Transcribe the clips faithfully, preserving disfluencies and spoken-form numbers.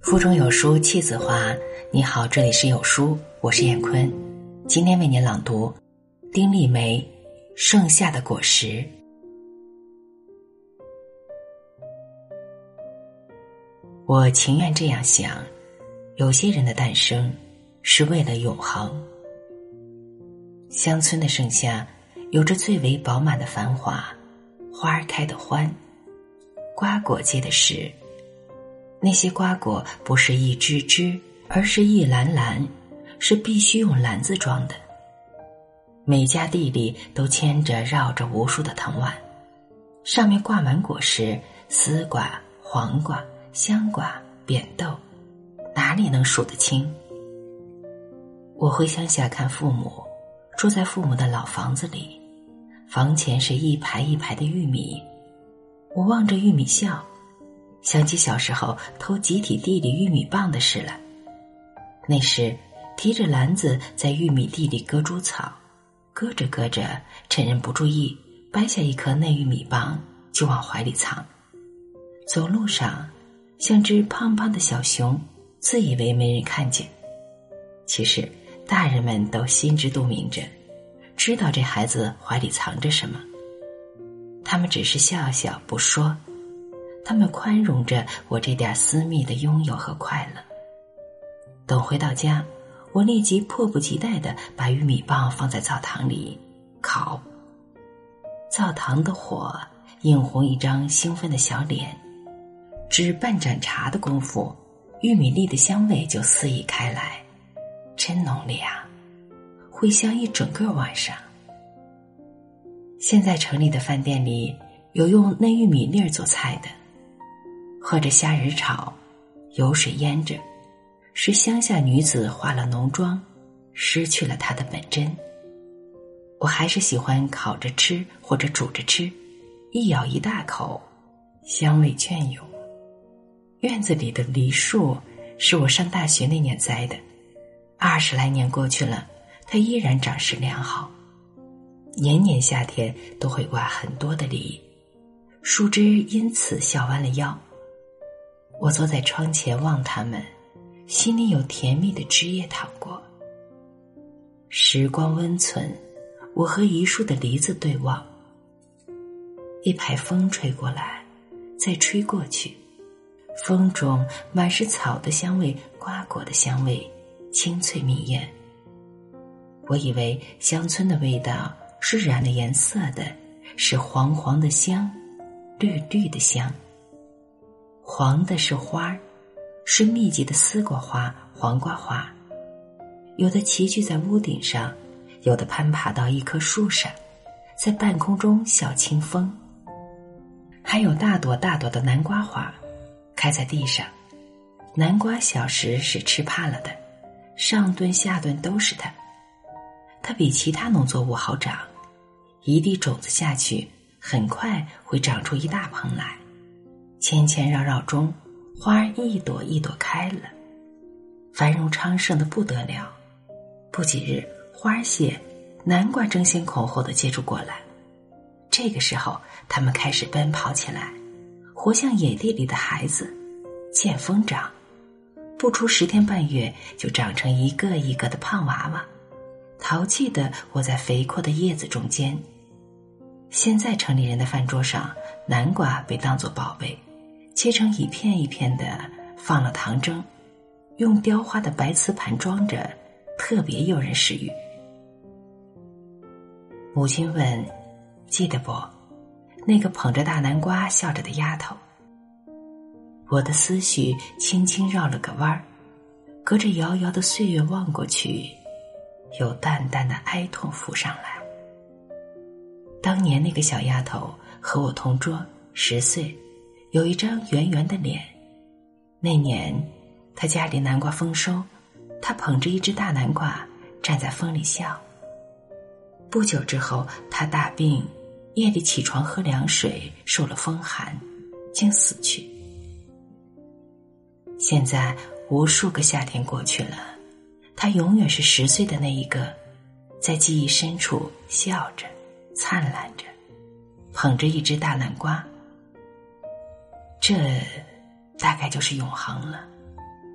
腹中有书气自华。你好，这里是有书，我是燕坤。今天为您朗读丁立梅《盛夏的果实》。我情愿这样想，有些人的诞生是为了永恒。乡村的盛夏有着最为饱满的繁华，花儿开得欢，瓜果结的实。那些瓜果不是一枝枝，而是一篮篮，是必须用篮子装的。每家地里都牵着绕着无数的藤蔓，上面挂满果实，丝瓜、黄瓜、香瓜、扁豆，哪里能数得清？我回乡下看父母，住在父母的老房子里，房前是一排一排的玉米，我望着玉米笑，想起小时候偷集体地里玉米棒的事来。那时提着篮子在玉米地里割猪草，割着割着，趁人不注意，掰下一颗嫩玉米棒就往怀里藏。走路上像只胖胖的小熊，自以为没人看见。其实大人们都心知肚明着，知道这孩子怀里藏着什么，他们只是笑笑不说，他们宽容着我这点私密的拥有和快乐。等回到家，我立即迫不及待地把玉米棒放在灶堂里烤。灶堂的火映红一张兴奋的小脸，只半盏茶的功夫，玉米粒的香味就四溢开来，真浓烈啊，会香一整个晚上。现在城里的饭店里有用嫩玉米粒儿做菜的，或者虾仁炒，油水腌着，是乡下女子化了浓妆，失去了她的本真。我还是喜欢烤着吃或者煮着吃，一咬一大口，香味隽永。院子里的梨树是我上大学那年栽的，二十来年过去了，它依然长势良好。年年夏天都会挂很多的梨，树枝因此笑弯了腰。我坐在窗前望它们，心里有甜蜜的汁液淌过。时光温存，我和一树的梨子对望。一排风吹过来，再吹过去，风中满是草的香味，瓜果的香味，清脆蜜艳。我以为乡村的味道是染了颜色的，是黄黄的香，绿绿的香。黄的是花，是密集的丝瓜花、黄瓜花，有的齐聚在屋顶上，有的攀爬到一棵树上，在半空中笑清风。还有大朵大朵的南瓜花，开在地上。南瓜小时是吃怕了的，上顿下顿都是它。它比其他农作物好长，一粒种子下去，很快会长出一大棚来。牵牵绕绕中，花儿一朵一朵开了，繁荣昌盛的不得了。不几日，花儿谢，南瓜争先恐后地接住过来。这个时候，它们开始奔跑起来，活像野地里的孩子，见风长，不出十天半月就长成一个一个的胖娃娃，淘气地窝在肥阔的叶子中间。现在城里人的饭桌上，南瓜被当作宝贝，切成一片一片的，放了糖蒸，用雕花的白瓷盘装着，特别诱人食欲。母亲问：记得不？那个捧着大南瓜笑着的丫头。我的思绪轻轻绕了个弯儿，隔着遥遥的岁月望过去，有淡淡的哀痛浮上来。当年那个小丫头和我同桌，十岁，有一张圆圆的脸。那年她家里南瓜丰收，她捧着一只大南瓜站在风里笑。不久之后她大病，夜里起床喝凉水，受了风寒，竟死去。现在无数个夏天过去了，她永远是十岁的那一个，在记忆深处笑着灿烂着，捧着一只大南瓜。这大概就是永恒了。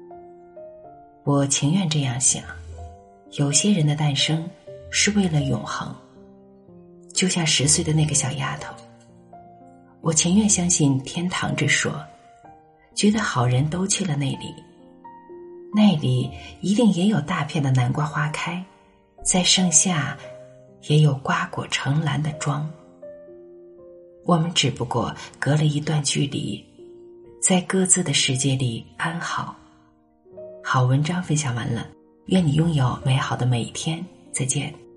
我情愿这样想，有些人的诞生是为了永恒。就像十岁的那个小丫头，我情愿相信天堂之说，觉得好人都去了那里，那里一定也有大片的南瓜花开，在盛夏也有瓜果成篮的庄。我们只不过隔了一段距离，在各自的世界里安好。好文章分享完了，愿你拥有美好的每一天，再见。